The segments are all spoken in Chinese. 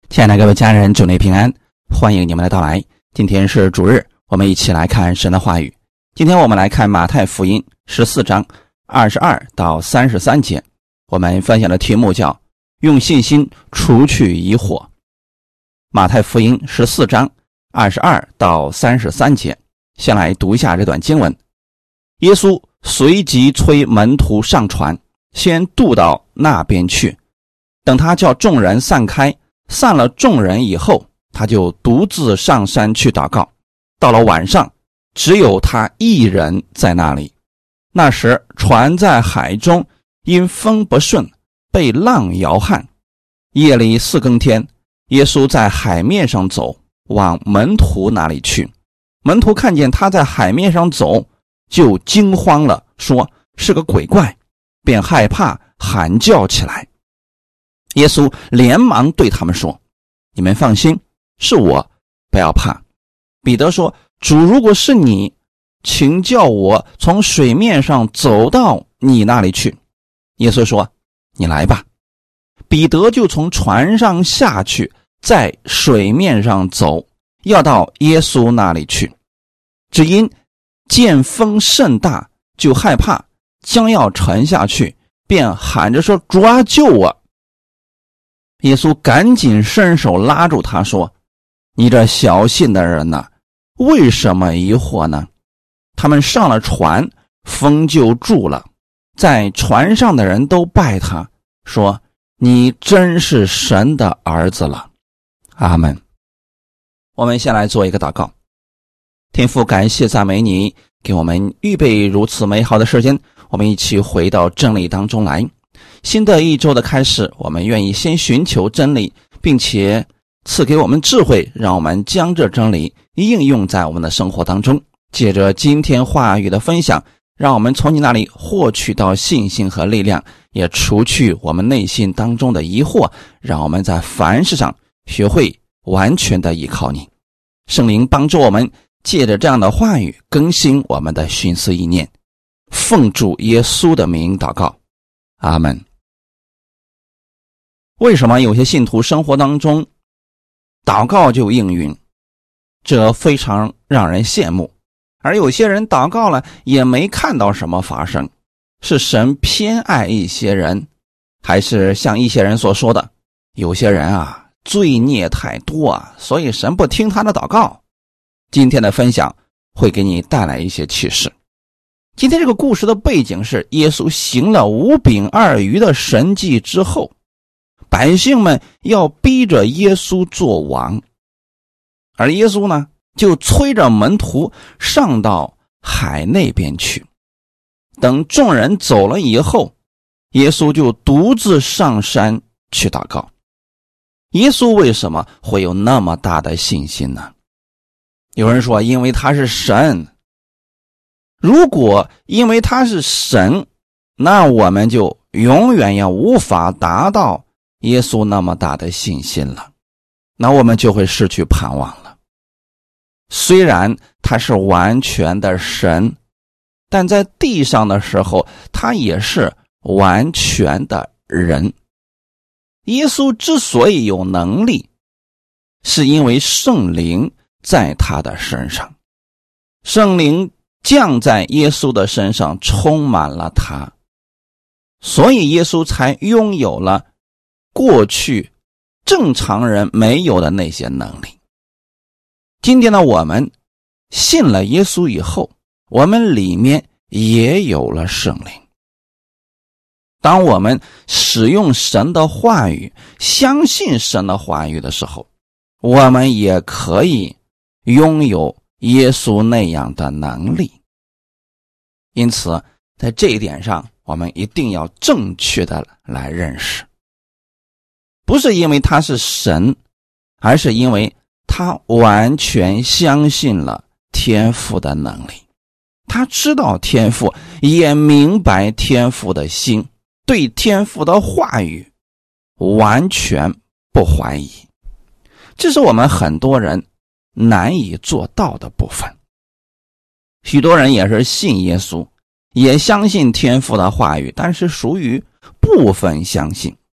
亲爱的各位家人，主内平安，欢迎你们的到来。今天是主日，我们一起来看神的话语。今天我们来看马太福音14章22到33节，我们分享的题目叫用信心除去疑惑。马太福音14章22到33节，先来读一下这段经文。耶稣随即催门徒上船，先渡到那边去，等他叫众人散开，散了众人以后，他就独自上山去祷告。到了晚上，只有他一人在那里。那时船在海中，因风不顺，被浪摇撼。夜里4更天，耶稣在海面上走，往门徒那里去。门徒看见他在海面上走，就惊慌了，说是个鬼怪，便害怕，喊叫起来。耶稣连忙对他们说，你们放心，是我，不要怕。彼得说，主，如果是你，请叫我从水面上走到你那里去。耶稣说，你来吧。彼得就从船上下去，在水面上走，要到耶稣那里去。只因见风甚大，就害怕，将要沉下去，便喊着说，主啊，救我。耶稣赶紧伸手拉住他说，你这小信的人哪，为什么疑惑呢？他们上了船，风就住了。在船上的人都拜他，说，你真是神的儿子了。阿们。我们先来做一个祷告。天父，感谢赞美你，给我们预备如此美好的时间，我们一起回到真理当中来。新的一周的开始，我们愿意先寻求真理，并且赐给我们智慧，让我们将这真理应用在我们的生活当中。借着今天话语的分享，让我们从你那里获取到信心和力量，也除去我们内心当中的疑惑，让我们在凡事上学会完全的依靠你。圣灵帮助我们，借着这样的话语更新我们的心思意念。奉主耶稣的名祷告，阿们。为什么有些信徒生活当中祷告就应允？这非常让人羡慕。而有些人祷告了也没看到什么发生，是神偏爱一些人，还是像一些人所说的，有些人罪孽太多所以神不听他的祷告？今天的分享会给你带来一些启示。今天这个故事的背景是耶稣行了5饼2鱼的神迹之后，百姓们要逼着耶稣做王，而耶稣呢，就催着门徒上到海那边去。等众人走了以后，耶稣就独自上山去祷告。耶稣为什么会有那么大的信心呢？有人说，因为他是神。如果因为他是神，那我们就永远也无法达到耶稣那么大的信心了，那我们就会失去盼望了。虽然他是完全的神，但在地上的时候他也是完全的人。耶稣之所以有能力，是因为圣灵在他的身上，圣灵降在耶稣的身上，充满了他，所以耶稣才拥有了过去正常人没有的那些能力。今天呢，我们信了耶稣以后，我们里面也有了圣灵。当我们使用神的话语，相信神的话语的时候，我们也可以拥有耶稣那样的能力。因此在这一点上，我们一定要正确的来认识，不是因为他是神，而是因为他完全相信了天父的能力，他知道天父，也明白天父的心，对天父的话语完全不怀疑。这是我们很多人难以做到的部分。许多人也是信耶稣，也相信天父的话语，但是属于部分相信。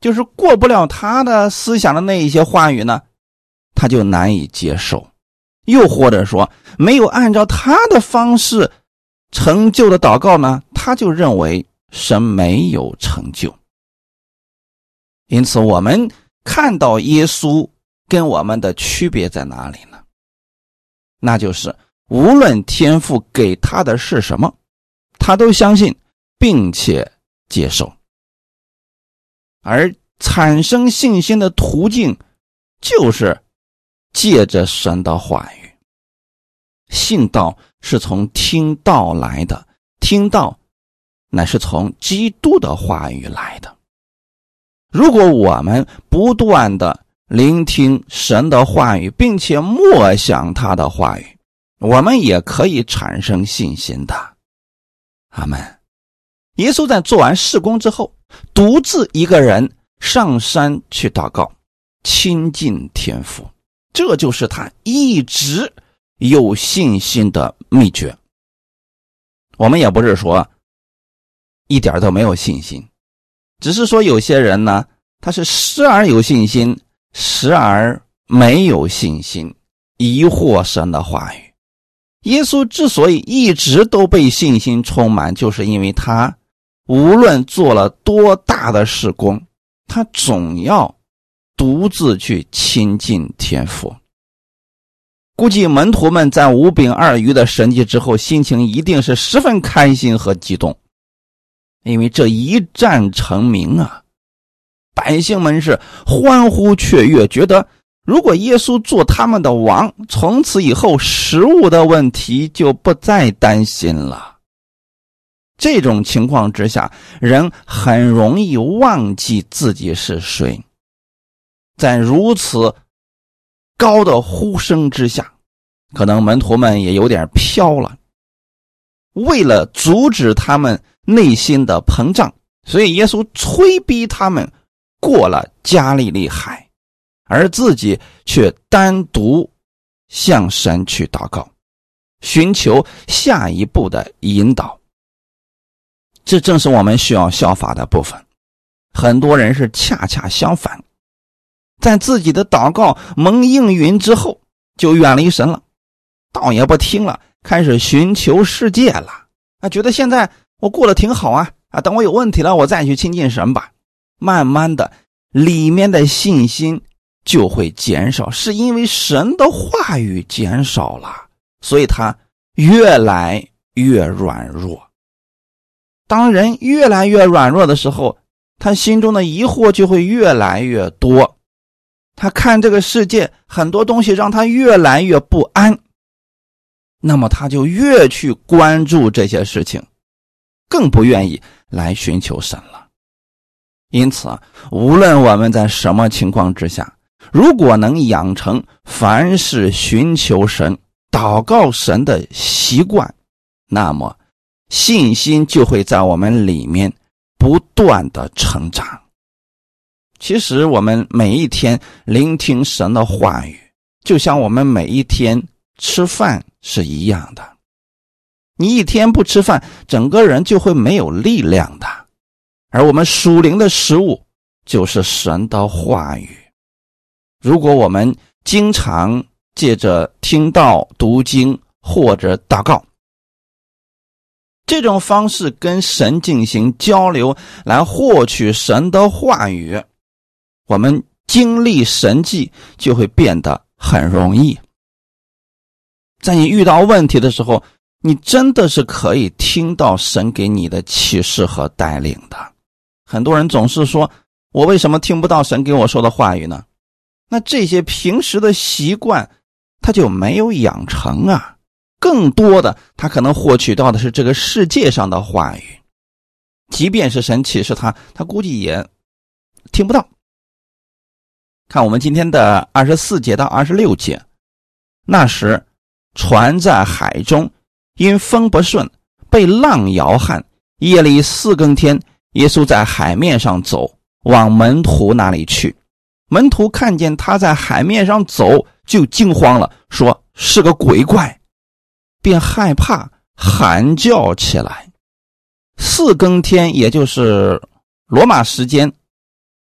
就是过不了他的思想的那一些话语呢，他就难以接受。又或者说没有按照他的方式成就的祷告呢，他就认为神没有成就。因此我们看到耶稣跟我们的区别在哪里呢？那就是无论天父给他的是什么，他都相信并且接受。而产生信心的途径就是借着神的话语。信道是从听道来的，听道乃是从基督的话语来的。如果我们不断的聆听神的话语，并且默想他的话语，我们也可以产生信心的。阿们。耶稣在做完事工之后，独自一个人上山去祷告，亲近天父，这就是他一直有信心的秘诀。我们也不是说一点都没有信心，只是说有些人呢，他是时而有信心，时而没有信心，疑惑神的话语。耶稣之所以一直都被信心充满，就是因为他无论做了多大的事工，他总要独自去亲近天父。估计门徒们在5饼2鱼的神迹之后，心情一定是十分开心和激动，因为这一战成名啊，百姓们是欢呼雀跃，觉得如果耶稣做他们的王，从此以后食物的问题就不再担心了。这种情况之下，人很容易忘记自己是谁。在如此高的呼声之下，可能门徒们也有点飘了。为了阻止他们内心的膨胀，所以耶稣催逼他们过了加利利海，而自己却单独向神去祷告，寻求下一步的引导。这正是我们需要效法的部分。很多人是恰恰相反，在自己的祷告蒙应允之后，就远离神了，道也不听了，开始寻求世界了。觉得现在我过得挺好啊，等我有问题了，我再去亲近神吧。慢慢的，里面的信心就会减少，是因为神的话语减少了，所以他越来越软弱。当人越来越软弱的时候，他心中的疑惑就会越来越多。他看这个世界很多东西让他越来越不安，那么他就越去关注这些事情，更不愿意来寻求神了。因此无论我们在什么情况之下，如果能养成凡事寻求神、祷告神的习惯，那么信心就会在我们里面不断的成长。其实我们每一天聆听神的话语，就像我们每一天吃饭是一样的。你一天不吃饭，整个人就会没有力量的。而我们属灵的食物就是神的话语。如果我们经常借着听道、读经或者祷告，这种方式跟神进行交流，来获取神的话语，我们经历神迹就会变得很容易。在你遇到问题的时候，你真的是可以听到神给你的启示和带领的。很多人总是说，我为什么听不到神给我说的话语呢？那这些平时的习惯他就没有养成啊。更多的他可能获取到的是这个世界上的话语，即便是神启示他估计也听不到。看我们今天的24节到26节，那时船在海中，因风不顺，被浪摇撼，夜里4更天，耶稣在海面上走，往门徒那里去。门徒看见他在海面上走，就惊慌了，说是个鬼怪，便害怕，喊叫起来。4更天也就是罗马时间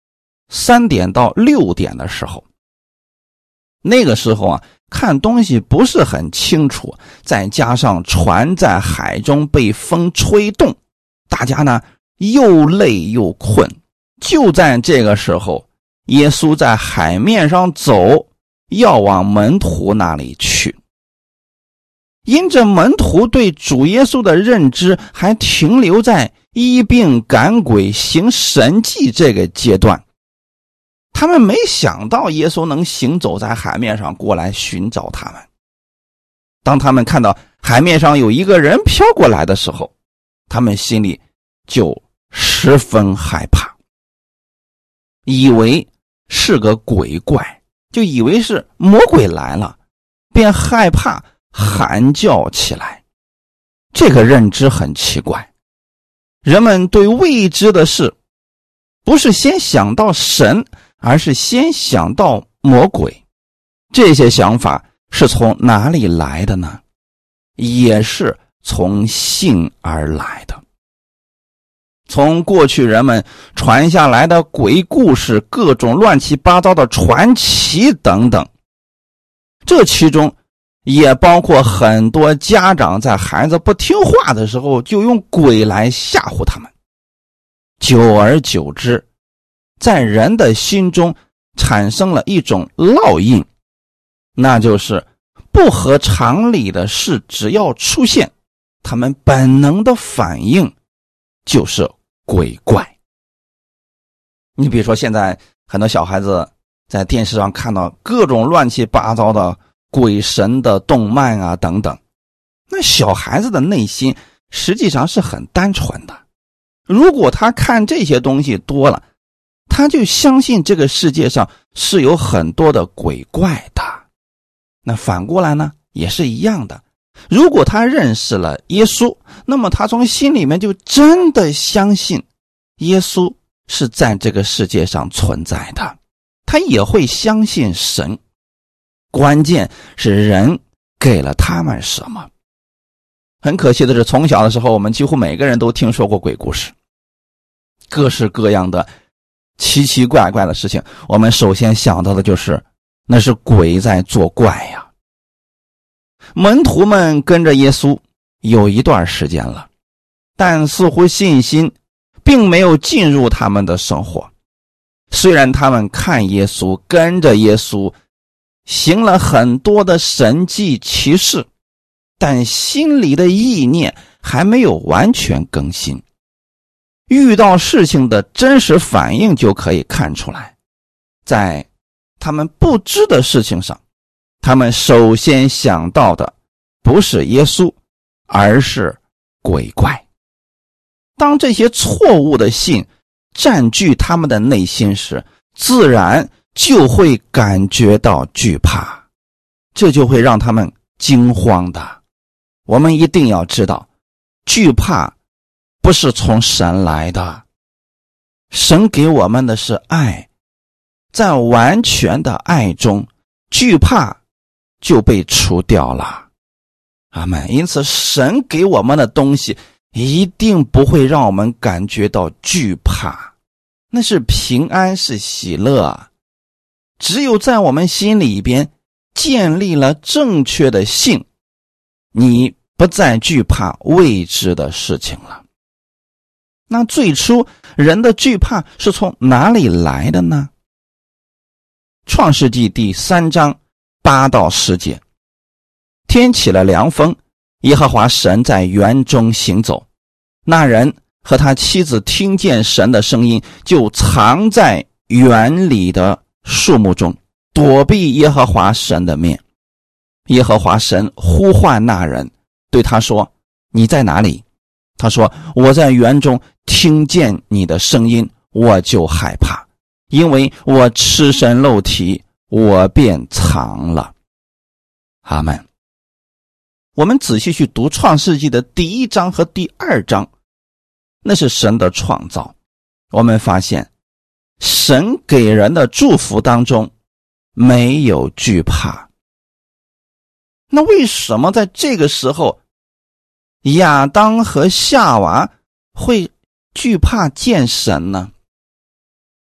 3点到6点的时候，那个时候啊，看东西不是很清楚，再加上船在海中被风吹动，大家呢又累又困。就在这个时候，耶稣在海面上走，要往门徒那里去。因着门徒对主耶稣的认知还停留在医病赶鬼行神迹这个阶段，他们没想到耶稣能行走在海面上过来寻找他们。当他们看到海面上有一个人飘过来的时候，他们心里就十分害怕，以为是个鬼怪，就以为是魔鬼来了，便害怕喊叫起来。这个认知很奇怪，人们对未知的事不是先想到神，而是先想到魔鬼。这些想法是从哪里来的呢？也是从性而来的。从过去人们传下来的鬼故事，各种乱七八糟的传奇等等，这其中也包括很多家长在孩子不听话的时候就用鬼来吓唬他们。久而久之，在人的心中产生了一种烙印，那就是不合常理的事只要出现，他们本能的反应就是鬼怪。你比如说现在很多小孩子在电视上看到各种乱七八糟的鬼神的动漫啊等等，那小孩子的内心实际上是很单纯的。如果他看这些东西多了，他就相信这个世界上是有很多的鬼怪的。那反过来呢，也是一样的。如果他认识了耶稣，那么他从心里面就真的相信耶稣是在这个世界上存在的，他也会相信神。关键是人给了他们什么。很可惜的是，从小的时候我们几乎每个人都听说过鬼故事，各式各样的奇奇怪怪的事情，我们首先想到的就是那是鬼在作怪呀。门徒们跟着耶稣有一段时间了，但似乎信心并没有进入他们的生活。虽然他们看耶稣，跟着耶稣，行了很多的神迹奇事，但心里的意念还没有完全更新。遇到事情的真实反应就可以看出来，在他们不知的事情上，他们首先想到的不是耶稣，而是鬼怪。当这些错误的信占据他们的内心时，自然就会感觉到惧怕，这就会让他们惊慌的。我们一定要知道，惧怕不是从神来的，神给我们的是爱，在完全的爱中，惧怕就被除掉了。阿们。因此神给我们的东西一定不会让我们感觉到惧怕，那是平安，是喜乐。只有在我们心里边建立了正确的信，你不再惧怕未知的事情了。那最初人的惧怕是从哪里来的呢？创世纪第3章8到10节，天起了凉风，耶和华神在园中行走，那人和他妻子听见神的声音，就藏在园里的树木中，躲避耶和华神的面。耶和华神呼唤那人，对他说：你在哪里？他说：我在园中听见你的声音，我就害怕，因为我赤身露体，我便藏了。阿们。我们仔细去读创世纪的第1章和第2章，那是神的创造。我们发现神给人的祝福当中没有惧怕。那为什么在这个时候亚当和夏娃会惧怕见神呢？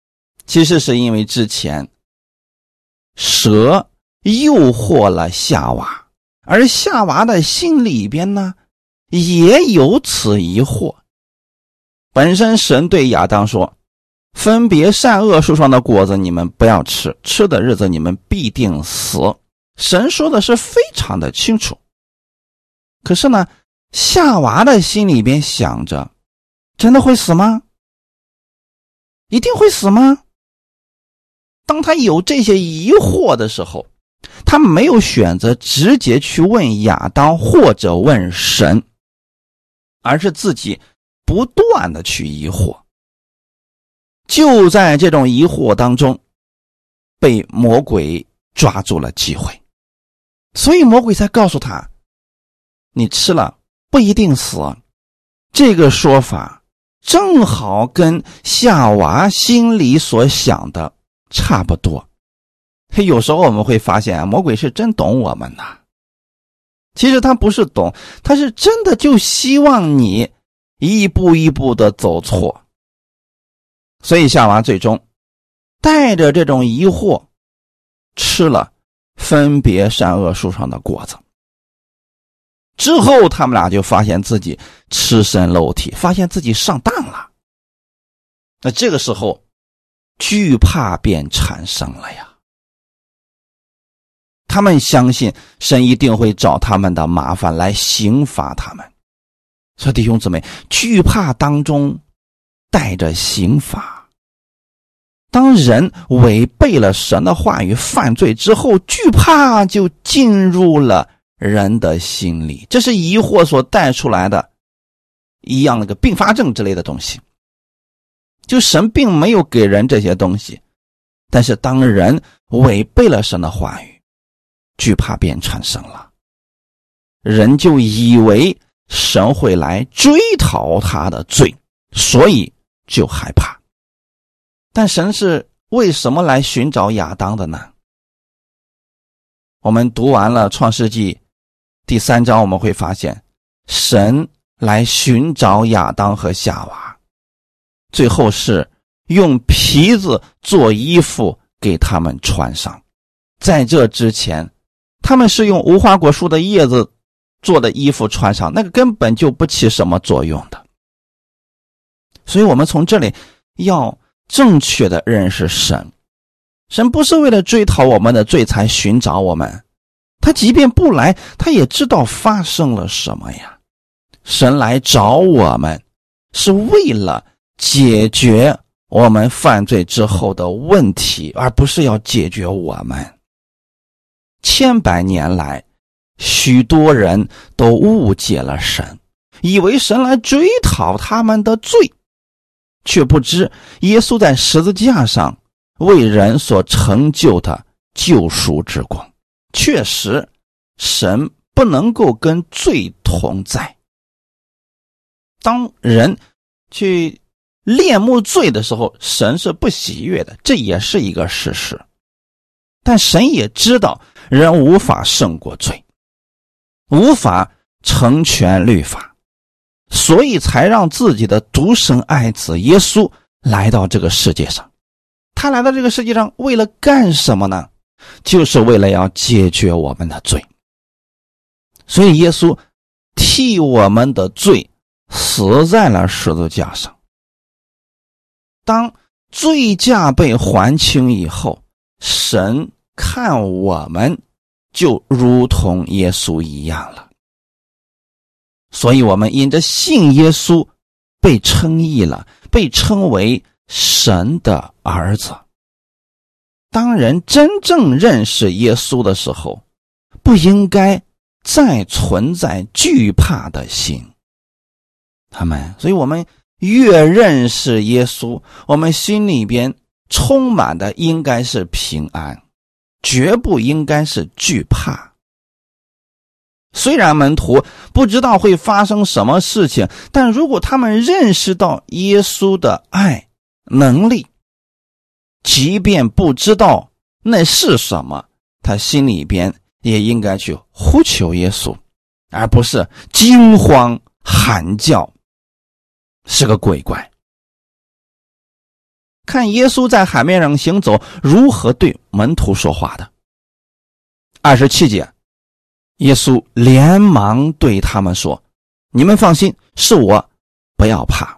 其实是因为之前蛇诱惑了夏娃，而夏娃的心里边呢也有此疑惑。本身神对亚当说，分别善恶树上的果子你们不要吃，吃的日子你们必定死。神说的是非常的清楚。可是呢，夏娃的心里边想着，真的会死吗？一定会死吗？当他有这些疑惑的时候，他没有选择直接去问亚当或者问神，而是自己不断的去疑惑。就在这种疑惑当中，被魔鬼抓住了机会，所以魔鬼才告诉他，你吃了不一定死。这个说法正好跟夏娃心里所想的差不多。有时候我们会发现，魔鬼是真懂我们呐。其实他不是懂，他是真的就希望你一步一步的走错。所以夏娃最终带着这种疑惑吃了分别善恶树上的果子。之后他们俩就发现自己赤身露体，发现自己上当了。那这个时候惧怕便产生了呀。他们相信神一定会找他们的麻烦来刑罚他们。所以弟兄姊妹，惧怕当中带着刑罚。当人违背了神的话语犯罪之后，惧怕就进入了人的心里，这是疑惑所带出来的一样那个并发症之类的东西。就神并没有给人这些东西，但是当人违背了神的话语，惧怕便产生了。人就以为神会来追讨他的罪，所以就害怕。但神是为什么来寻找亚当的呢？我们读完了创世纪第3章，我们会发现神来寻找亚当和夏娃，最后是用皮子做衣服给他们穿上。在这之前，他们是用无花果树的叶子做的衣服穿上，那个根本就不起什么作用的。所以我们从这里要正确的认识神。神不是为了追讨我们的罪才寻找我们，他即便不来，他也知道发生了什么呀。神来找我们是为了解决我们犯罪之后的问题，而不是要解决我们。千百年来，许多人都误解了神，以为神来追讨他们的罪，却不知耶稣在十字架上为人所成就的救赎之光。确实，神不能够跟罪同在。当人去恋慕罪的时候，神是不喜悦的，这也是一个事实。但神也知道人无法胜过罪，无法成全律法，所以才让自己的独生爱子耶稣来到这个世界上。他来到这个世界上为了干什么呢？就是为了要解决我们的罪。所以耶稣替我们的罪死在了十字架上。当罪价被还清以后，神看我们就如同耶稣一样了。所以我们因着信耶稣被称义了，被称为神的儿子。当人真正认识耶稣的时候，不应该再存在惧怕的心。阿们。所以我们越认识耶稣，我们心里边充满的应该是平安，绝不应该是惧怕。虽然门徒不知道会发生什么事情，但如果他们认识到耶稣的爱能力，即便不知道那是什么，他心里边也应该去呼求耶稣，而不是惊慌喊叫，是个鬼怪。 看耶稣在海面上行走，如何对门徒说话的。27节，耶稣连忙对他们说：你们放心，是我，不要怕。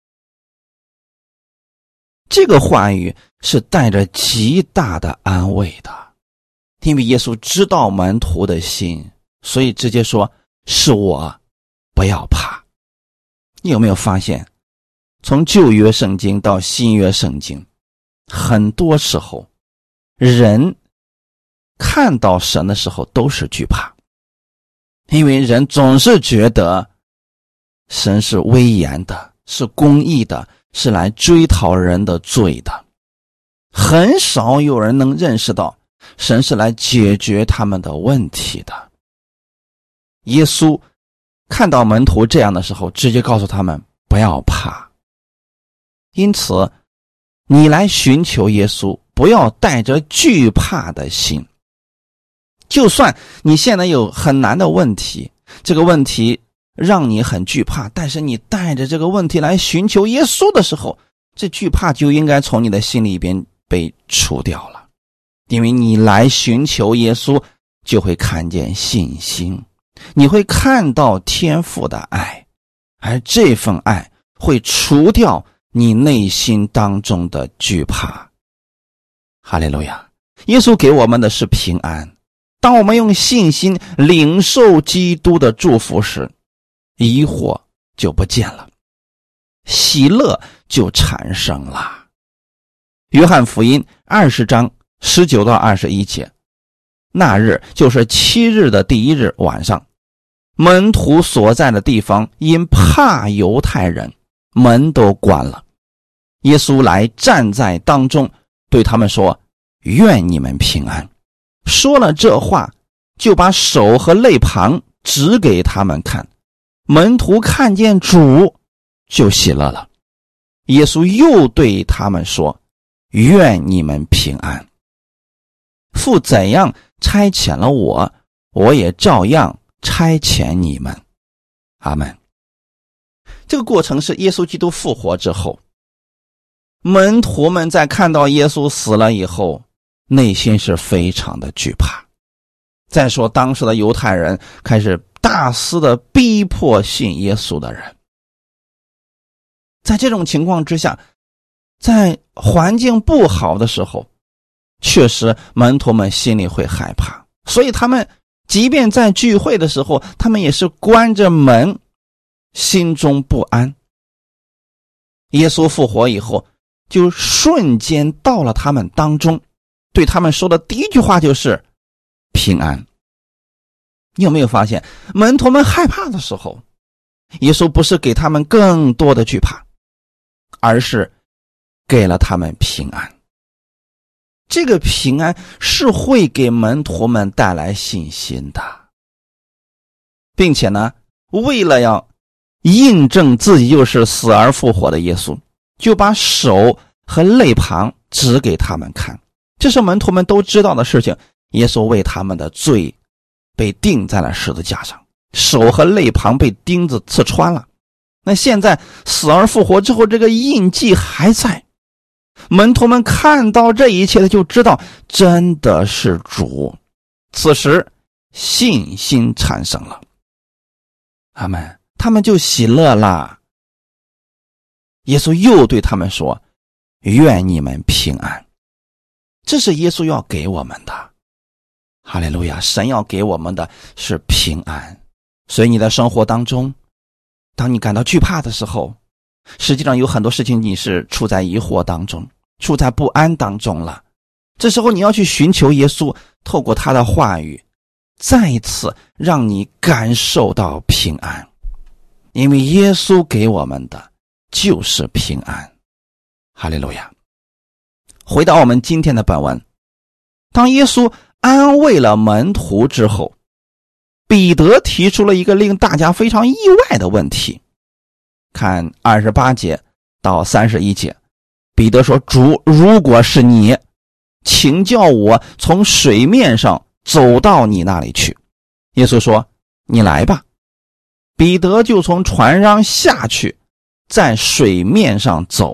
这个话语是带着极大的安慰的，因为耶稣知道门徒的心，所以直接说：是我，不要怕。你有没有发现，从旧约圣经到新约圣经，很多时候人看到神的时候都是惧怕，因为人总是觉得神是威严的，是公义的，是来追讨人的罪的。很少有人能认识到神是来解决他们的问题的。耶稣看到门徒这样的时候，直接告诉他们不要怕。因此你来寻求耶稣，不要带着惧怕的心。就算你现在有很难的问题，这个问题让你很惧怕，但是你带着这个问题来寻求耶稣的时候，这惧怕就应该从你的心里边被除掉了。因为你来寻求耶稣，就会看见信心，你会看到天父的爱，而这份爱会除掉你内心当中的惧怕。哈利路亚！耶稣给我们的是平安。当我们用信心领受基督的祝福时，疑惑就不见了，喜乐就产生了。约翰福音20章19到21节，那日就是7日的第1日晚上，门徒所在的地方因怕犹太人，门都关了。耶稣来站在当中，对他们说：愿你们平安。说了这话，就把手和肋旁指给他们看。门徒看见主，就喜乐了。耶稣又对他们说：愿你们平安。父怎样差遣了我，我也照样差遣你们。阿们。这个过程是耶稣基督复活之后，门徒们在看到耶稣死了以后，内心是非常的惧怕。再说当时的犹太人开始大肆的逼迫信耶稣的人。在这种情况之下，在环境不好的时候，确实门徒们心里会害怕，所以他们即便在聚会的时候，他们也是关着门，心中不安。耶稣复活以后，就瞬间到了他们当中，对他们说的第一句话就是平安。你有没有发现，门徒们害怕的时候，耶稣不是给他们更多的惧怕，而是给了他们平安。这个平安是会给门徒们带来信心的，并且呢，为了要印证自己就是死而复活的耶稣，就把手和肋旁指给他们看。这是门徒们都知道的事情，耶稣为他们的罪被钉在了十字架上，手和肋旁被钉子刺穿了。那现在死而复活之后，这个印记还在。门徒们看到这一切的，就知道真的是主。此时信心产生了，阿们，他们就喜乐了。耶稣又对他们说：愿你们平安。这是耶稣要给我们的。哈利路亚！神要给我们的是平安。所以你的生活当中，当你感到惧怕的时候，实际上有很多事情你是处在疑惑当中，处在不安当中了。这时候你要去寻求耶稣，透过他的话语再一次让你感受到平安，因为耶稣给我们的就是平安。哈利路亚！回到我们今天的本文，当耶稣安慰了门徒之后，彼得提出了一个令大家非常意外的问题。看28节到31节，彼得说：主，如果是你，请叫我从水面上走到你那里去。耶稣说：你来吧。彼得就从船上下去，在水面上走，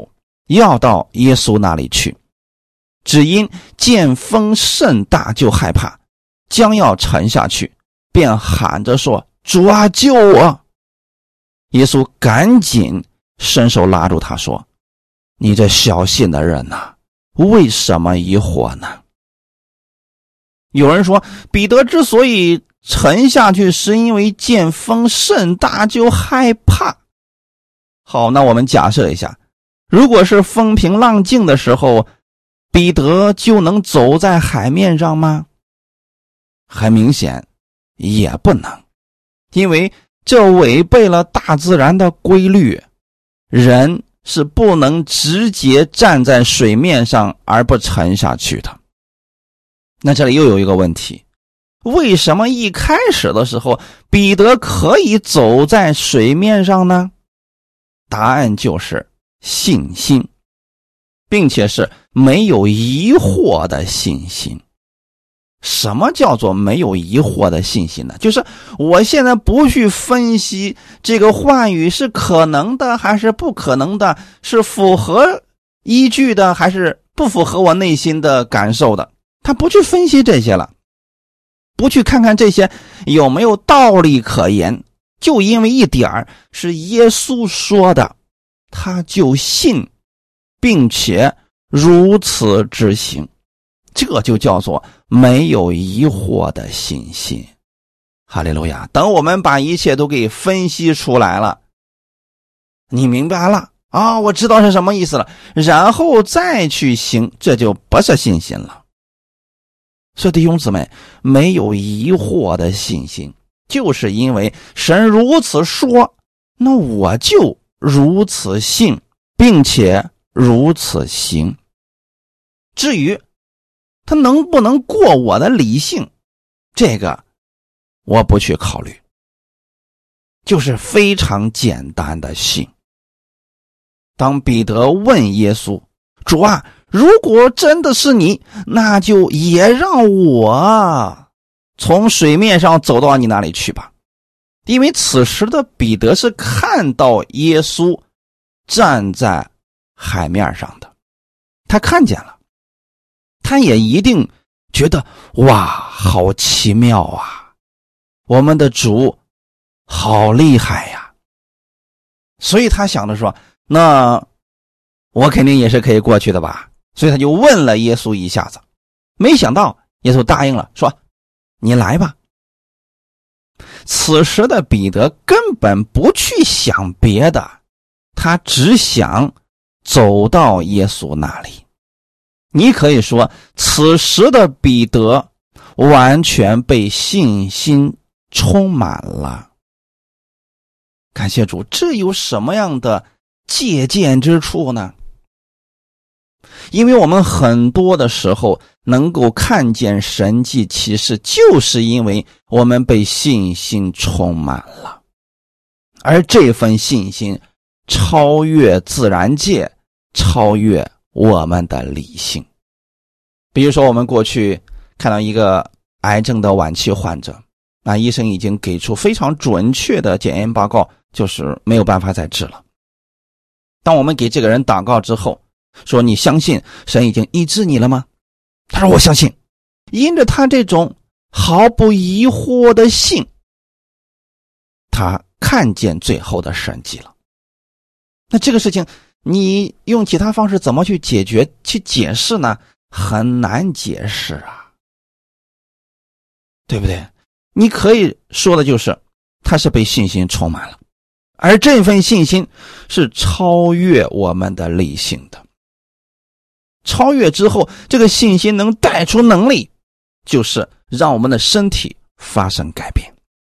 要到耶稣那里去，只因见风甚大，就害怕，将要沉下去，便喊着说：主啊，救我！耶稣赶紧伸手拉住他说：你这小信的人哪，为什么疑惑呢？有人说，彼得之所以沉下去，是因为见风甚大就害怕。好，那我们假设一下，如果是风平浪静的时候，彼得就能走在海面上吗？很明显也不能，因为这违背了大自然的规律，人是不能直接站在水面上而不沉下去的。那这里又有一个问题，为什么一开始的时候彼得可以走在水面上呢？答案就是信心，并且是没有疑惑的信心。什么叫做没有疑惑的信心呢？就是我现在不去分析这个话语是可能的还是不可能的，是符合依据的还是不符合我内心的感受的，他不去分析这些了，不去看看这些有没有道理可言，就因为一点是耶稣说的，他就信，并且如此执行，这就叫做没有疑惑的信心。哈利路亚！等我们把一切都给分析出来了，你明白了啊，我知道是什么意思了，然后再去行，这就不是信心了。所以弟兄姊妹，没有疑惑的信心，就是因为神如此说，那我就如此信，并且如此行。至于他能不能过我的理性，这个我不去考虑，就是非常简单的信。当彼得问耶稣：主啊，如果真的是你，那就也让我从水面上走到你那里去吧。因为此时的彼得是看到耶稣站在海面上的，他看见了，他也一定觉得哇，好奇妙啊，我们的主好厉害呀。所以他想着说，那我肯定也是可以过去的吧。所以他就问了耶稣一下子，没想到耶稣答应了，说你来吧。此时的彼得根本不去想别的，他只想走到耶稣那里。你可以说此时的彼得完全被信心充满了。感谢主，这有什么样的借鉴之处呢？因为我们很多的时候能够看见神迹奇事，就是因为我们被信心充满了，而这份信心超越自然界，超越我们的理性。比如说我们过去看到一个癌症的晚期患者，那医生已经给出非常准确的检验报告，就是没有办法再治了。当我们给这个人祷告之后，说你相信神已经医治你了吗？他说我相信。因着他这种毫不疑惑的信，他看见最后的神迹了。那这个事情你用其他方式怎么去解决去解释呢？很难解释啊，对不对？你可以说的就是他是被信心充满了，而这份信心是超越我们的理性的。超越之后，这个信心能带出能力，就是让我们的身体发生改变。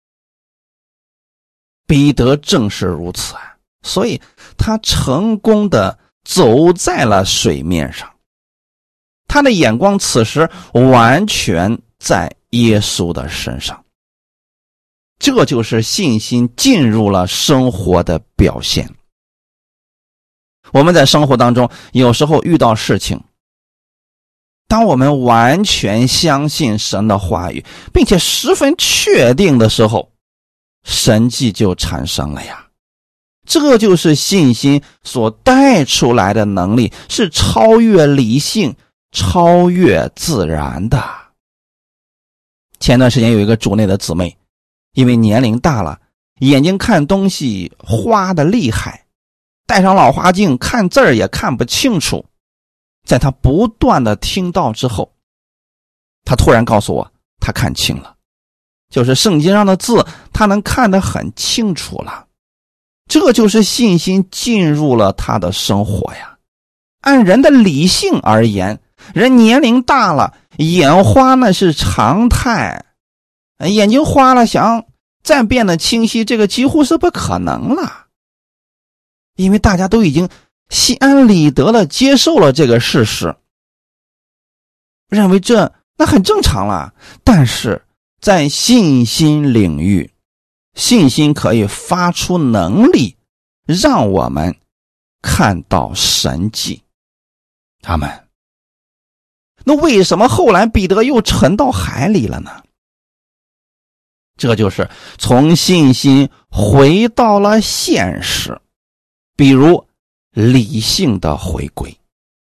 彼得正是如此啊，所以他成功的走在了水面上，他的眼光此时完全在耶稣的身上。这就是信心进入了生活的表现。我们在生活当中有时候遇到事情，当我们完全相信神的话语，并且十分确定的时候，神迹就产生了呀。 这就是信心所带出来的能力，是超越理性、超越自然的。前段时间有一个主内的姊妹，因为年龄大了，眼睛看东西花的厉害，戴上老花镜看字儿也看不清楚。在她不断的听到之后，她突然告诉我她看清了，就是圣经上的字她能看得很清楚了。这就是信心进入了她的生活呀。按人的理性而言，人年龄大了，眼花那是常态，眼睛花了想再变得清晰，这个几乎是不可能了。因为大家都已经心安理得的接受了这个事实，认为那很正常了。但是在信心领域，信心可以发出能力，让我们看到神迹。阿们。那为什么后来彼得又沉到海里了呢？这就是从信心回到了现实，比如理性的回归。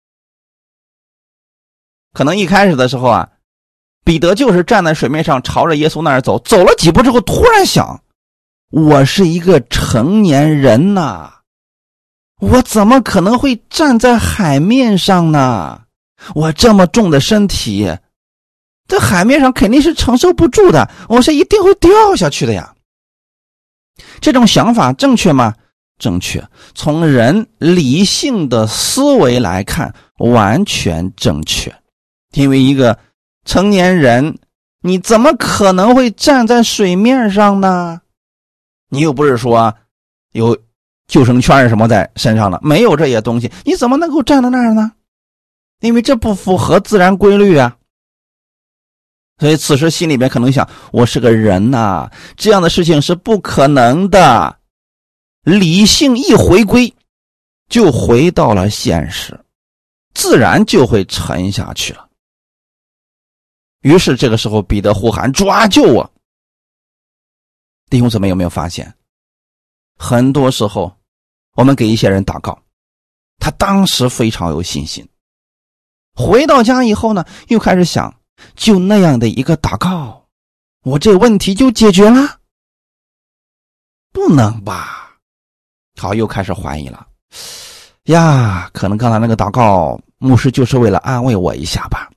可能一开始的时候啊，彼得就是站在水面上朝着耶稣那儿走，走了几步之后突然想，我是一个成年人呐，我怎么可能会站在海面上呢？我这么重的身体，在海面上肯定是承受不住的，我是一定会掉下去的呀。这种想法正确吗？正确。从人理性的思维来看，完全正确。因为一个成年人，你怎么可能会站在水面上呢？你又不是说有救生圈什么在身上了，没有这些东西，你怎么能够站在那儿呢？因为这不符合自然规律啊。所以此时心里边可能想，我是个人呐，这样的事情是不可能的。理性一回归，就回到了现实，自然就会沉下去了。于是这个时候彼得呼喊，主啊，救我！弟兄姊妹有没有发现，很多时候我们给一些人祷告，他当时非常有信心，回到家以后呢，又开始想，就那样的一个祷告，我这问题就解决了？不能吧。好，又开始怀疑了呀，可能刚才那个祷告牧师就是为了安慰我一下吧。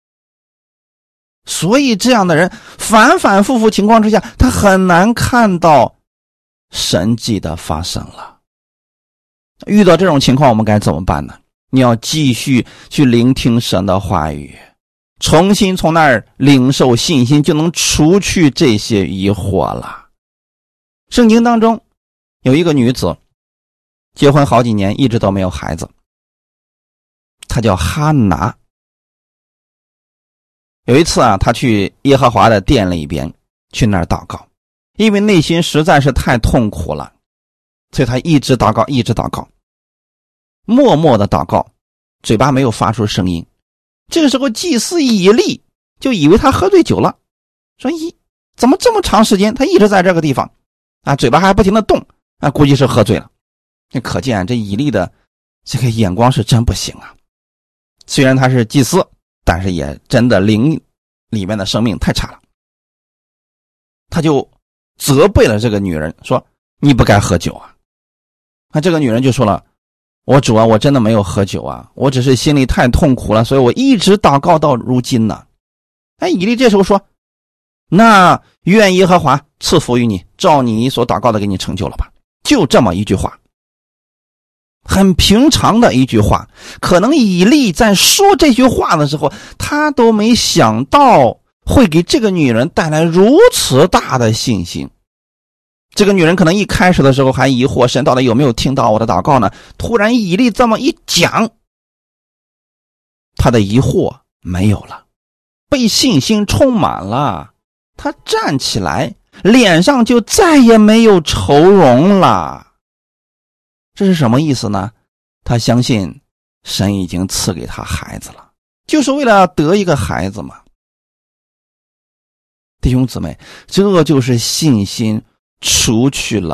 所以这样的人反反复复情况之下，他很难看到神迹的发生了。遇到这种情况我们该怎么办呢？你要继续去聆听神的话语，重新从那儿领受信心，就能除去这些疑惑了。圣经当中有一个女子，结婚好几年一直都没有孩子，她叫哈拿。有一次啊，她去耶和华的殿里边去那儿祷告，因为内心实在是太痛苦了，所以她一直祷告，一直祷告，默默的祷告，嘴巴没有发出声音。这个时候祭司以利就以为他喝醉酒了，说怎么这么长时间他一直在这个地方啊，嘴巴还不停的动啊，估计是喝醉了。可见这以利的这个眼光是真不行啊。虽然他是祭司，但是也真的灵里面的生命太差了。他就责备了这个女人，说你不该喝酒啊。那这个女人就说了，我主啊，我真的没有喝酒啊，我只是心里太痛苦了，所以我一直祷告到如今呢。以利这时候说，那愿耶和华赐福于你，照你所祷告的给你成就了吧。就这么一句话，很平常的一句话，可能以利在说这句话的时候，他都没想到会给这个女人带来如此大的信心。这个女人可能一开始的时候还疑惑神到底有没有听到我的祷告呢，突然以利这么一讲，她的疑惑没有了，被信心充满了，她站起来，脸上就再也没有愁容了。这是什么意思呢？她相信神已经赐给她孩子了，就是为了得一个孩子嘛。弟兄姊妹，这就是信心除去了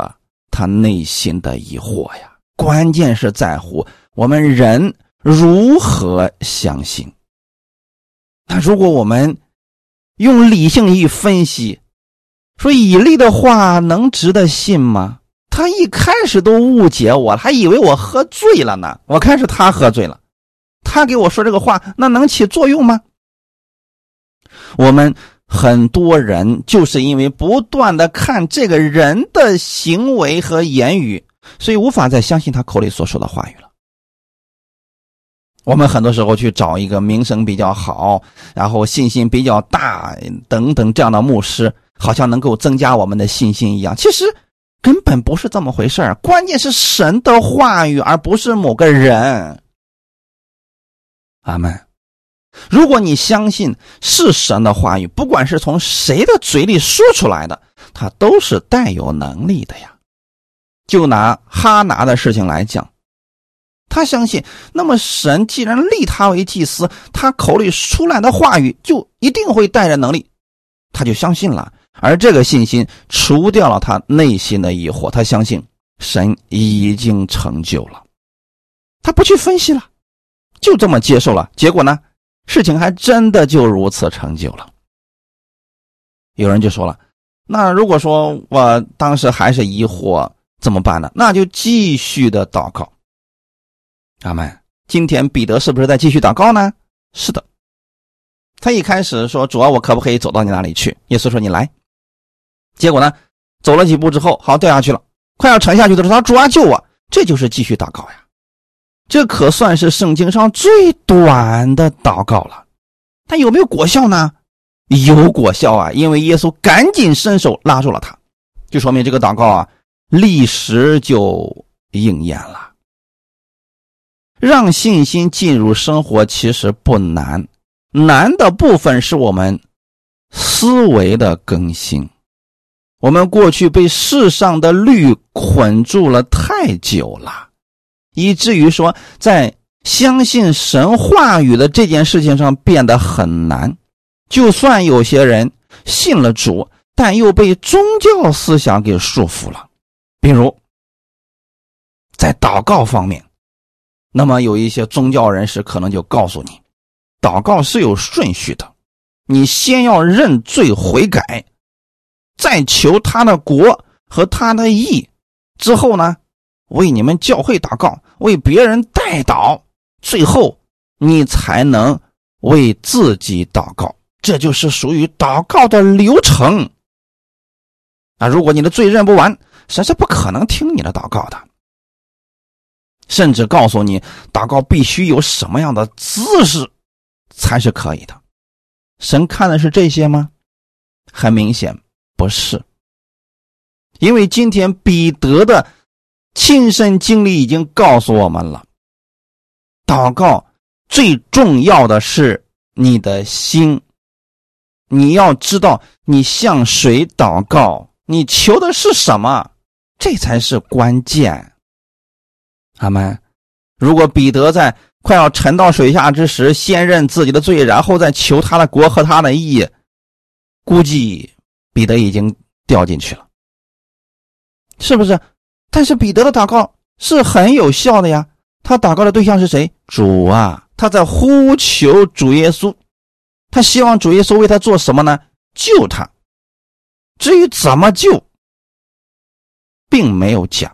他内心的疑惑呀。关键是在乎我们人如何相信。那如果我们用理性一分析，说以利的话能值得信吗？他一开始都误解我，还以为我喝醉了呢。我看是他喝醉了，他给我说这个话，那能起作用吗？我们很多人就是因为不断的看这个人的行为和言语，所以无法再相信他口里所说的话语了。我们很多时候去找一个名声比较好，然后信心比较大等等这样的牧师，好像能够增加我们的信心一样，其实根本不是这么回事儿。关键是神的话语，而不是某个人。阿们。如果你相信是神的话语，不管是从谁的嘴里说出来的，他都是带有能力的呀。就拿哈拿的事情来讲，他相信，那么神既然立他为祭司，他口里出来的话语就一定会带着能力，他就相信了。而这个信心除掉了他内心的疑惑，他相信神已经成就了，他不去分析了，就这么接受了。结果呢，事情还真的就如此成就了。有人就说了，那如果说我当时还是疑惑怎么办呢？那就继续的祷告。阿们。今天彼得是不是在继续祷告呢？是的。他一开始说，主啊，我可不可以走到你那里去？耶稣说，你来。结果呢，走了几步之后，好，掉下去了，快要沉下去的时候，他说，主啊，救我。这就是继续祷告呀。这可算是圣经上最短的祷告了。但有没有果效呢？有果效啊，因为耶稣赶紧伸手拉住了他，就说明这个祷告啊，立时就应验了。让信心进入生活其实不难，难的部分是我们思维的更新。我们过去被世上的律捆住了太久了，以至于说在相信神话语的这件事情上变得很难。就算有些人信了主，但又被宗教思想给束缚了。比如在祷告方面，那么有一些宗教人士可能就告诉你，祷告是有顺序的，你先要认罪悔改，再求他的国和他的义，之后呢，为你们教会祷告，为别人代祷，最后你才能为自己祷告。这就是属于祷告的流程。如果你的罪认不完，神是不可能听你的祷告的。甚至告诉你，祷告必须有什么样的姿势才是可以的。神看的是这些吗？很明显不是。因为今天彼得的亲身经历已经告诉我们了，祷告最重要的是你的心。你要知道你向谁祷告，你求的是什么，这才是关键。阿们。如果彼得在快要沉到水下之时，先认自己的罪，然后再求他的国和他的义，估计彼得已经掉进去了，是不是？但是彼得的祷告是很有效的呀。他祷告的对象是谁？主啊，他在呼求主耶稣，他希望主耶稣为他做什么呢？救他。至于怎么救，并没有讲，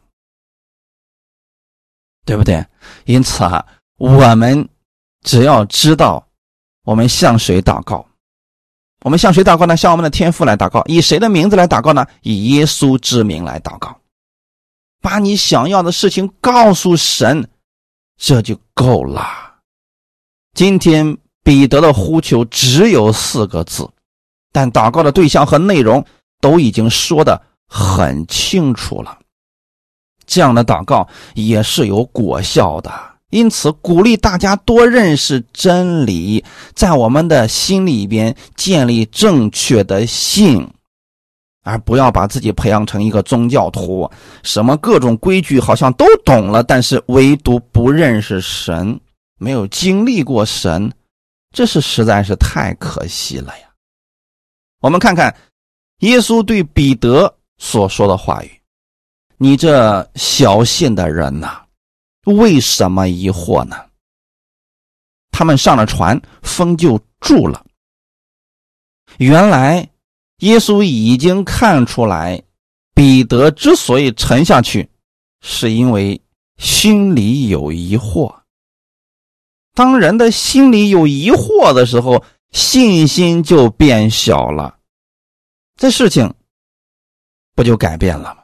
对不对？因此我们只要知道我们向谁祷告。我们向谁祷告呢？向我们的天父来祷告。以谁的名字来祷告呢？以耶稣之名来祷告。把你想要的事情告诉神，这就够了。今天彼得的呼求只有4个字，但祷告的对象和内容都已经说得很清楚了。这样的祷告也是有果效的，因此鼓励大家多认识真理，在我们的心里边建立正确的信，而不要把自己培养成一个宗教徒，什么各种规矩好像都懂了，但是唯独不认识神，没有经历过神，这是实在是太可惜了呀。我们看看耶稣对彼得所说的话语， 你这小信的人呐，为什么疑惑呢？他们上了船，风就住了。原来耶稣已经看出来，彼得之所以沉下去，是因为心里有疑惑。当人的心里有疑惑的时候，信心就变小了，这事情不就改变了吗？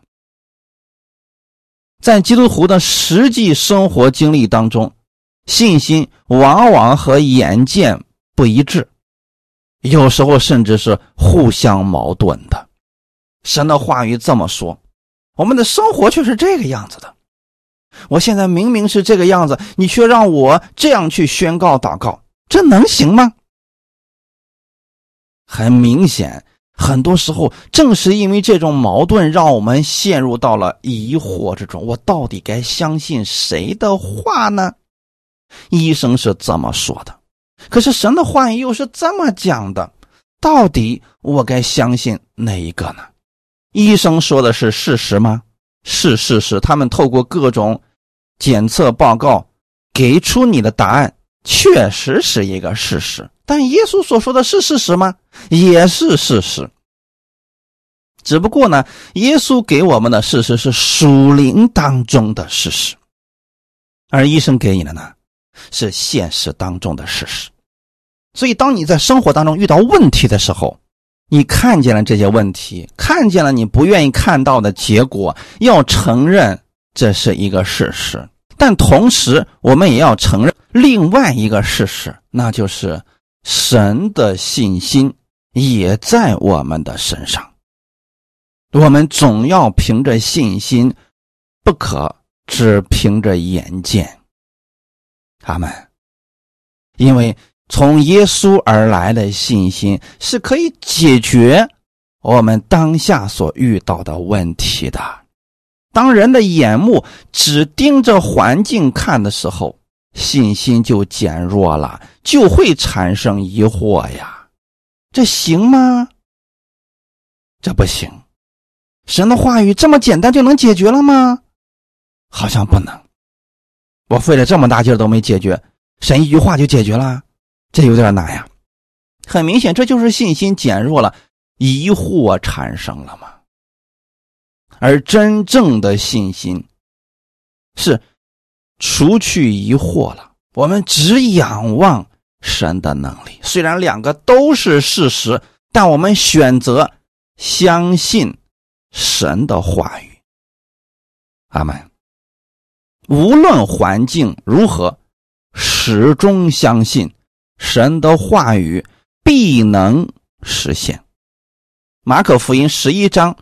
在基督徒的实际生活经历当中，信心往往和眼见不一致，有时候甚至是互相矛盾的。神的话语这么说，我们的生活却是这个样子的。我现在明明是这个样子，你却让我这样去宣告祷告，这能行吗？很明显，很多时候正是因为这种矛盾，让我们陷入到了疑惑之中。我到底该相信谁的话呢？医生是这么说的，可是神的话语又是这么讲的，到底我该相信哪一个呢？医生说的是事实吗？是事实，他们透过各种检测报告给出你的答案，确实是一个事实。但耶稣所说的是事实吗？也是事实。只不过呢，耶稣给我们的事实是属灵当中的事实，而医生给你的呢，是现实当中的事实。所以当你在生活当中遇到问题的时候，你看见了这些问题，看见了你不愿意看到的结果，要承认这是一个事实。但同时我们也要承认另外一个事实，那就是神的信心也在我们的身上。我们总要凭着信心，不可只凭着眼见。阿们。因为从耶稣而来的信心是可以解决我们当下所遇到的问题的。当人的眼目只盯着环境看的时候，信心就减弱了，就会产生疑惑呀。这行吗？这不行。神的话语这么简单就能解决了吗？好像不能。我费了这么大劲都没解决，神一句话就解决了，这有点难呀。很明显，这就是信心减弱了，疑惑产生了嘛。而真正的信心是除去疑惑了，我们只仰望神的能力。虽然两个都是事实，但我们选择相信神的话语。阿们。无论环境如何，始终相信神的话语必能实现。马可福音11章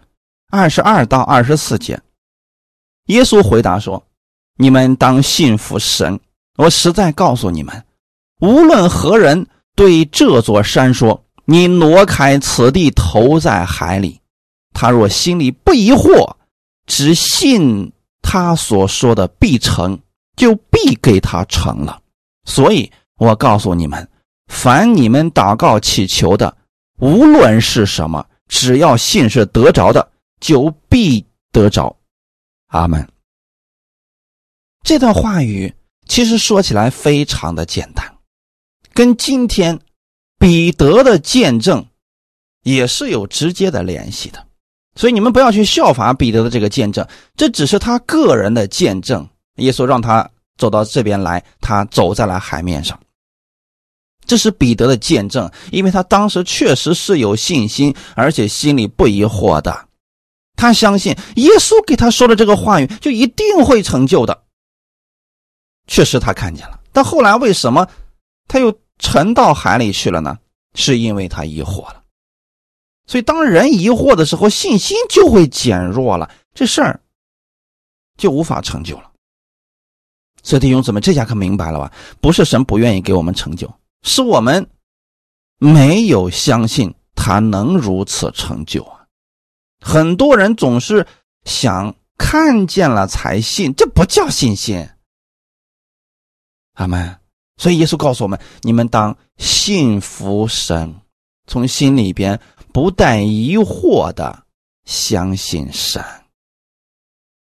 22到24节，耶稣回答说，你们当信服神，我实在告诉你们，无论何人对这座山说，你挪开此地投在海里，他若心里不疑惑，只信他所说的必成，就必给他成了。所以我告诉你们，凡你们祷告祈求的，无论是什么，只要信是得着的，就必得着。阿们。这段话语其实说起来非常的简单，跟今天彼得的见证也是有直接的联系的。所以你们不要去效法彼得的这个见证，这只是他个人的见证。耶稣让他走到这边来，他走在了海面上，这是彼得的见证，因为他当时确实是有信心，而且心里不疑惑的。他相信耶稣给他说的这个话语就一定会成就的。确实他看见了，但后来为什么他又沉到海里去了呢？是因为他疑惑了。所以当人疑惑的时候，信心就会减弱了，这事儿就无法成就了。所以弟兄姊妹，这下可明白了吧？不是神不愿意给我们成就，是我们没有相信他能如此成就啊。很多人总是想看见了才信，这不叫信心。阿们。所以耶稣告诉我们，你们当信服神，从心里边不带疑惑的相信神。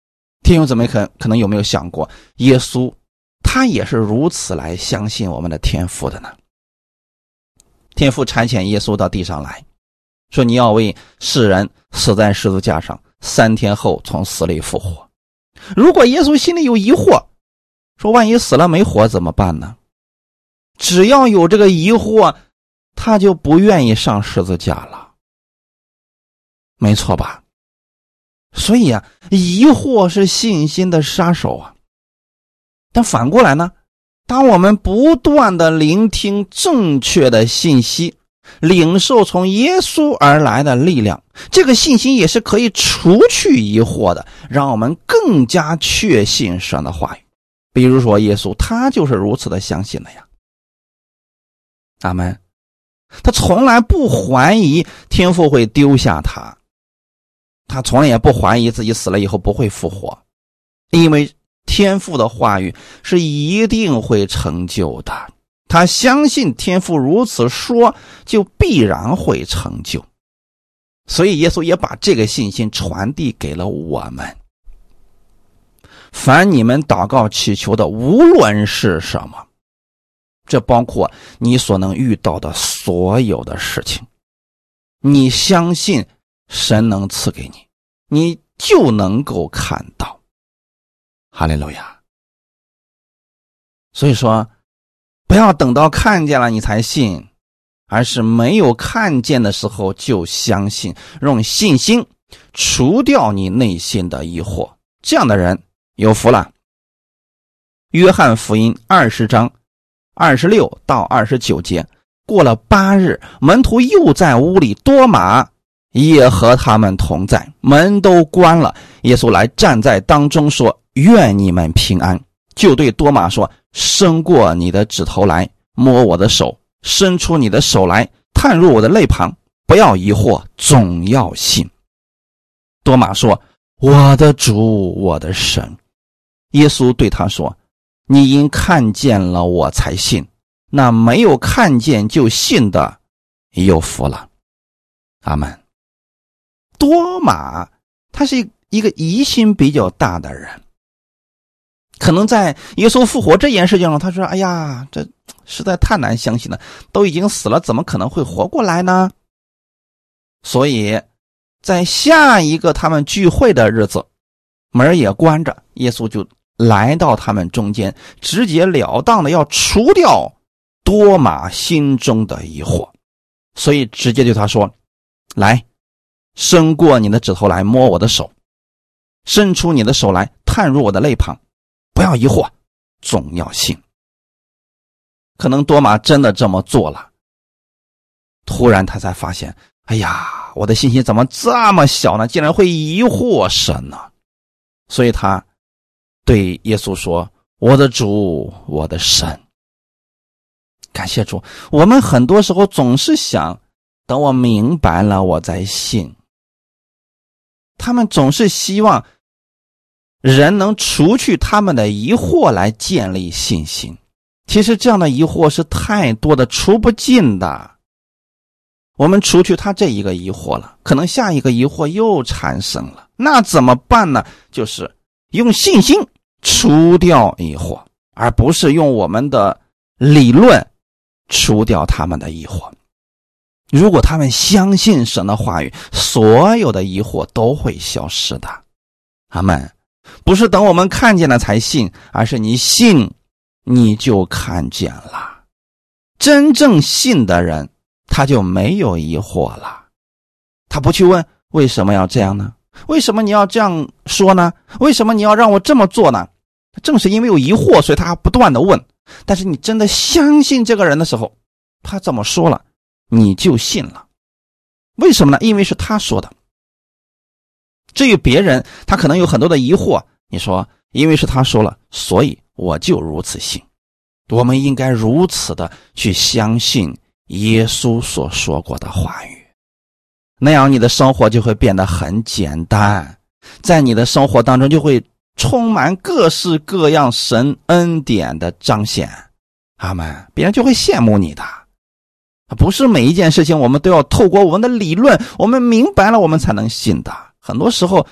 弟兄姊妹可能有没有想过，耶稣他也是如此来相信我们的天父的呢？天父差遣耶稣到地上来，说你要为世人死在十字架上，3天后从死里复活。如果耶稣心里有疑惑，说万一死了没活怎么办呢？只要有这个疑惑，他就不愿意上十字架了，没错吧？所以疑惑是信心的杀手啊。但反过来呢，当我们不断的聆听正确的信息，领受从耶稣而来的力量，这个信心也是可以除去疑惑的，让我们更加确信神的话语。比如说耶稣他就是如此的相信了呀。阿们。他从来不怀疑天父会丢下他，他从来也不怀疑自己死了以后不会复活，因为天父的话语是一定会成就的，他相信天父如此说就必然会成就，所以耶稣也把这个信心传递给了我们。凡你们祷告祈求的，无论是什么，这包括你所能遇到的所有的事情，你相信神能赐给你，你就能够看到。哈利路亚。所以说不要等到看见了你才信，而是没有看见的时候就相信，用信心除掉你内心的疑惑，这样的人有福了。约翰福音20章26到29节，过了8日，门徒又在屋里，多马也和他们同在，门都关了，耶稣来站在当中说，愿你们平安。就对多马说，伸过你的指头来摸我的手，伸出你的手来探入我的肋旁，不要疑惑，总要信。多马说，我的主，我的神。耶稣对他说，你因看见了我才信，那没有看见就信的有福了。阿们。多马他是一个疑心比较大的人，可能在耶稣复活这件事情上，他说，哎呀，这实在太难相信了，都已经死了，怎么可能会活过来呢？所以在下一个他们聚会的日子，门也关着，耶稣就来到他们中间，直截了当的要除掉多马心中的疑惑，所以直接对他说，来，伸过你的指头来摸我的手，伸出你的手来探入我的肋旁，不要疑惑，总要信。可能多马真的这么做了，突然他才发现，哎呀，我的信心怎么这么小呢？竟然会疑惑神呢？所以他对耶稣说，我的主，我的神。感谢主。我们很多时候总是想等我明白了我再信，他们总是希望人能除去他们的疑惑来建立信心，其实这样的疑惑是太多的，除不尽的。我们除去他这一个疑惑了，可能下一个疑惑又产生了，那怎么办呢？就是用信心除掉疑惑，而不是用我们的理论除掉他们的疑惑。如果他们相信神的话语，所有的疑惑都会消失的。阿们。不是等我们看见了才信，而是你信你就看见了。真正信的人，他就没有疑惑了，他不去问为什么要这样呢？为什么你要这样说呢？为什么你要让我这么做呢？正是因为有疑惑，所以他不断的问。但是你真的相信这个人的时候，他这么说了，你就信了。为什么呢？因为是他说的。至于别人，他可能有很多的疑惑，你说因为是他说了，所以我就如此信。我们应该如此的去相信耶稣所说过的话语，那样你的生活就会变得很简单，在你的生活当中就会充满各式各样神恩典的彰显。阿们。别人就会羡慕你的。不是每一件事情我们都要透过我们的理论，我们明白了我们才能信的。很多时候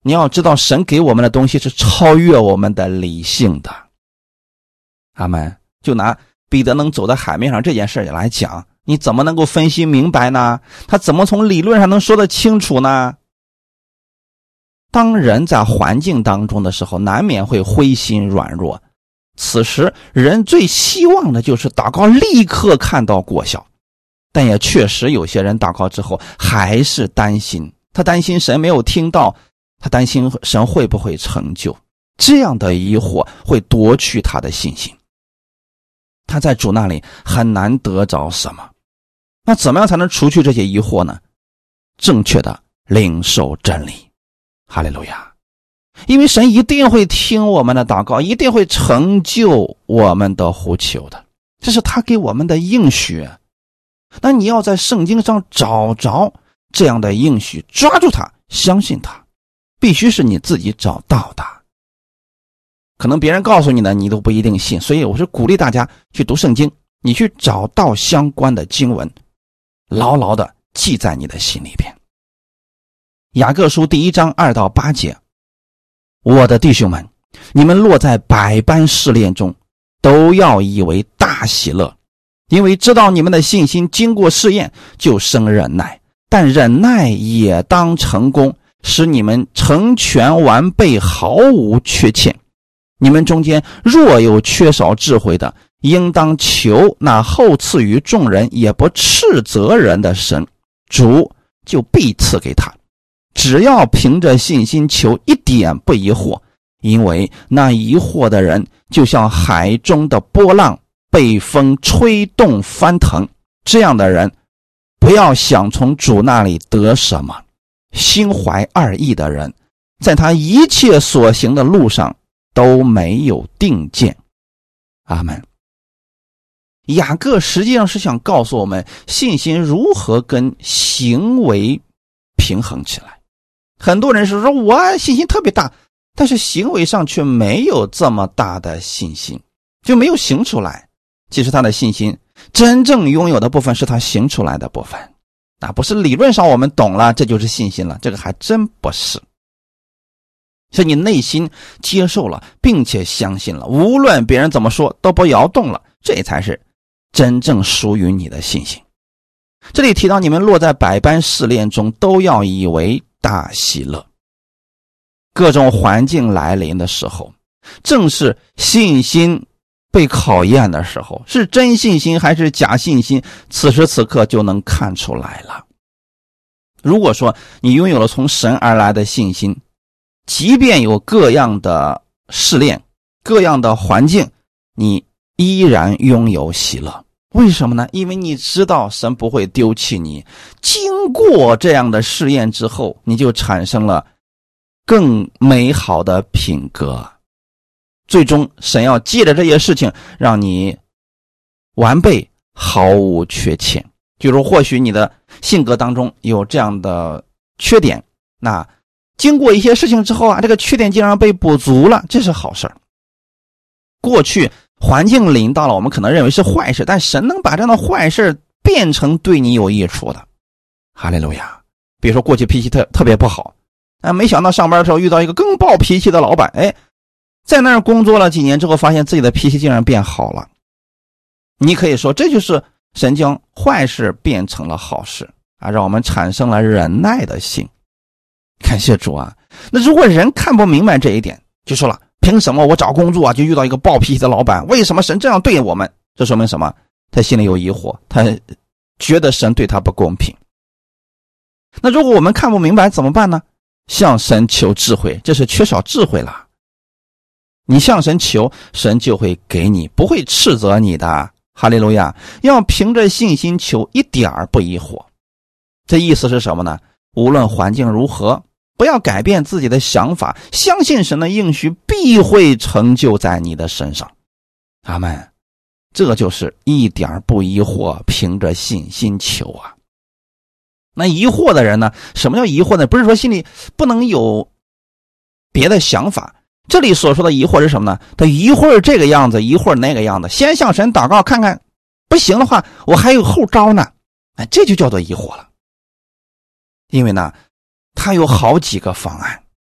你要知道神给我们的东西是超越我们的理性的。阿们。就拿彼得能走在海面上这件事来讲，你怎么能够分析明白呢？他怎么从理论上能说得清楚呢？当人在环境当中的时候，难免会灰心软弱，此时人最希望的就是祷告立刻看到果效，但也确实有些人祷告之后还是担心，他担心神没有听到，他担心神会不会成就，这样的疑惑会夺去他的信心，他在主那里很难得着什么。那怎么样才能除去这些疑惑呢？正确的领受真理。哈利路亚！因为神一定会听我们的祷告，一定会成就我们的呼求的，这是他给我们的应许。那你要在圣经上找着这样的应许，抓住它，相信它，必须是你自己找到的。可能别人告诉你的你都不一定信，所以我是鼓励大家去读圣经，你去找到相关的经文，牢牢的记在你的心里边。雅各书1章2到8节，我的弟兄们，你们落在百般试炼中，都要以为大喜乐，因为知道你们的信心经过试验，就生忍耐，但忍耐也当成功，使你们成全完备，毫无缺欠。你们中间若有缺少智慧的，应当求那厚赐于众人也不斥责人的神，主就必赐给他。只要凭着信心求，一点不疑惑，因为那疑惑的人就像海中的波浪，被风吹动翻腾。这样的人不要想从主那里得什么。心怀二意的人，在他一切所行的路上都没有定见。阿们。雅各实际上是想告诉我们，信心如何跟行为平衡起来。很多人是说我信心特别大，但是行为上却没有这么大的信心，就没有行出来。其实他的信心真正拥有的部分是他行出来的部分，不是理论上我们懂了这就是信心了，这个还真不是。是你内心接受了并且相信了，无论别人怎么说都不摇动了，这才是真正属于你的信心。这里提到你们落在百般试炼中，都要以为大喜乐。各种环境来临的时候，正是信心被考验的时候，是真信心还是假信心，此时此刻就能看出来了。如果说你拥有了从神而来的信心，即便有各样的试炼，各样的环境，你依然拥有喜乐。为什么呢？因为你知道神不会丢弃你，经过这样的试验之后，你就产生了更美好的品格。最终神要借着这些事情让你完备，毫无缺欠。就是或许你的性格当中有这样的缺点，那经过一些事情之后这个缺点竟然被补足了，这是好事。过去环境临到了，我们可能认为是坏事，但神能把这样的坏事变成对你有益处的。哈利路亚。比如说过去脾气特别不好，没想到上班的时候遇到一个更暴脾气的老板，在那儿工作了几年之后，发现自己的脾气竟然变好了。你可以说这就是神将坏事变成了好事让我们产生了忍耐的心。感谢主啊。那如果人看不明白这一点，就说了，凭什么我找工作就遇到一个暴脾气的老板？为什么神这样对我们？这说明什么？他心里有疑惑，他觉得神对他不公平。那如果我们看不明白怎么办呢？向神求智慧，这是缺少智慧了。你向神求，神就会给你，不会斥责你的。哈利路亚。要凭着信心求，一点儿不疑惑。这意思是什么呢？无论环境如何，不要改变自己的想法，相信神的应许必会成就在你的身上。阿们。这就是一点不疑惑，凭着信心求啊。那疑惑的人呢？什么叫疑惑呢？不是说心里不能有别的想法，这里所说的疑惑是什么呢？他一会儿这个样子，一会儿那个样子，先向神祷告看看，不行的话我还有后招呢，这就叫做疑惑了。因为呢他有好几个方案，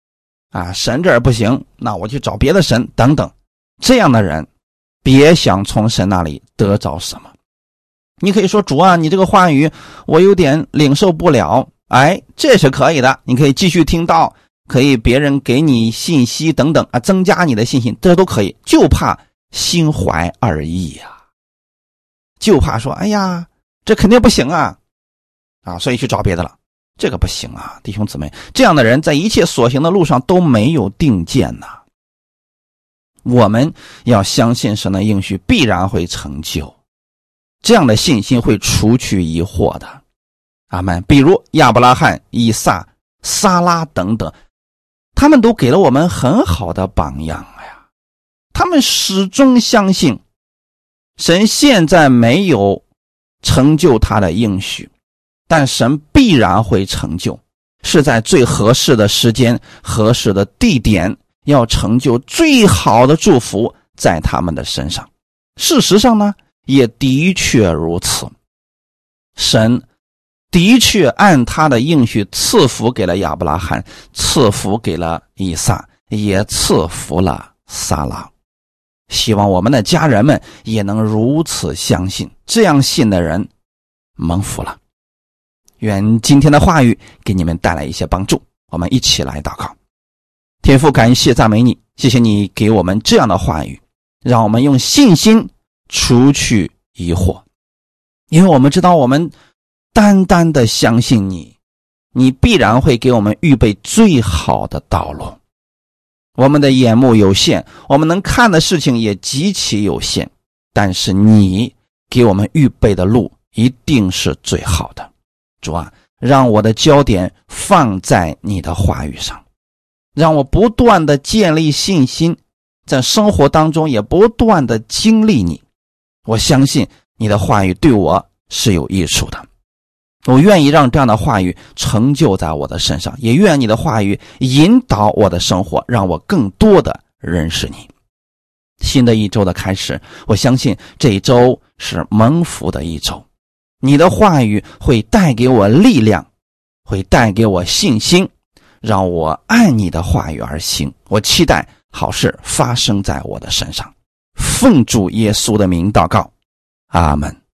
神这儿不行，那我去找别的神等等。这样的人别想从神那里得着什么。你可以说，主啊，你这个话语我有点领受不了，这是可以的，你可以继续听到，可以别人给你信息等等增加你的信心，这都可以，就怕心怀二意就怕说这肯定不行所以去找别的了。这个不行弟兄姊妹，这样的人在一切所行的路上都没有定见我们要相信神的应许必然会成就，这样的信心会除去疑惑的。阿们。比如亚伯拉罕、以撒、撒拉等等，他们都给了我们很好的榜样他们始终相信神现在没有成就他的应许，但神必然会成就，是在最合适的时间、合适的地点，要成就最好的祝福在他们的身上。事实上呢，也的确如此。神的确按他的应许赐福给了亚伯拉罕，赐福给了以撒，也赐福了撒拉。希望我们的家人们也能如此相信，这样信的人蒙福了。愿今天的话语给你们带来一些帮助，我们一起来祷告。天父，感谢赞美你，谢谢你给我们这样的话语，让我们用信心除去疑惑，因为我们知道我们单单的相信你，你必然会给我们预备最好的道路。我们的眼目有限，我们能看的事情也极其有限，但是你给我们预备的路一定是最好的。主啊，让我的焦点放在你的话语上，让我不断的建立信心，在生活当中也不断的经历你。我相信你的话语对我是有益处的，我愿意让这样的话语成就在我的身上，也愿你的话语引导我的生活，让我更多的认识你。新的一周的开始，我相信这一周是蒙福的一周，你的话语会带给我力量，会带给我信心，让我按你的话语而行。我期待好事发生在我的身上。奉主耶稣的名祷告，阿们。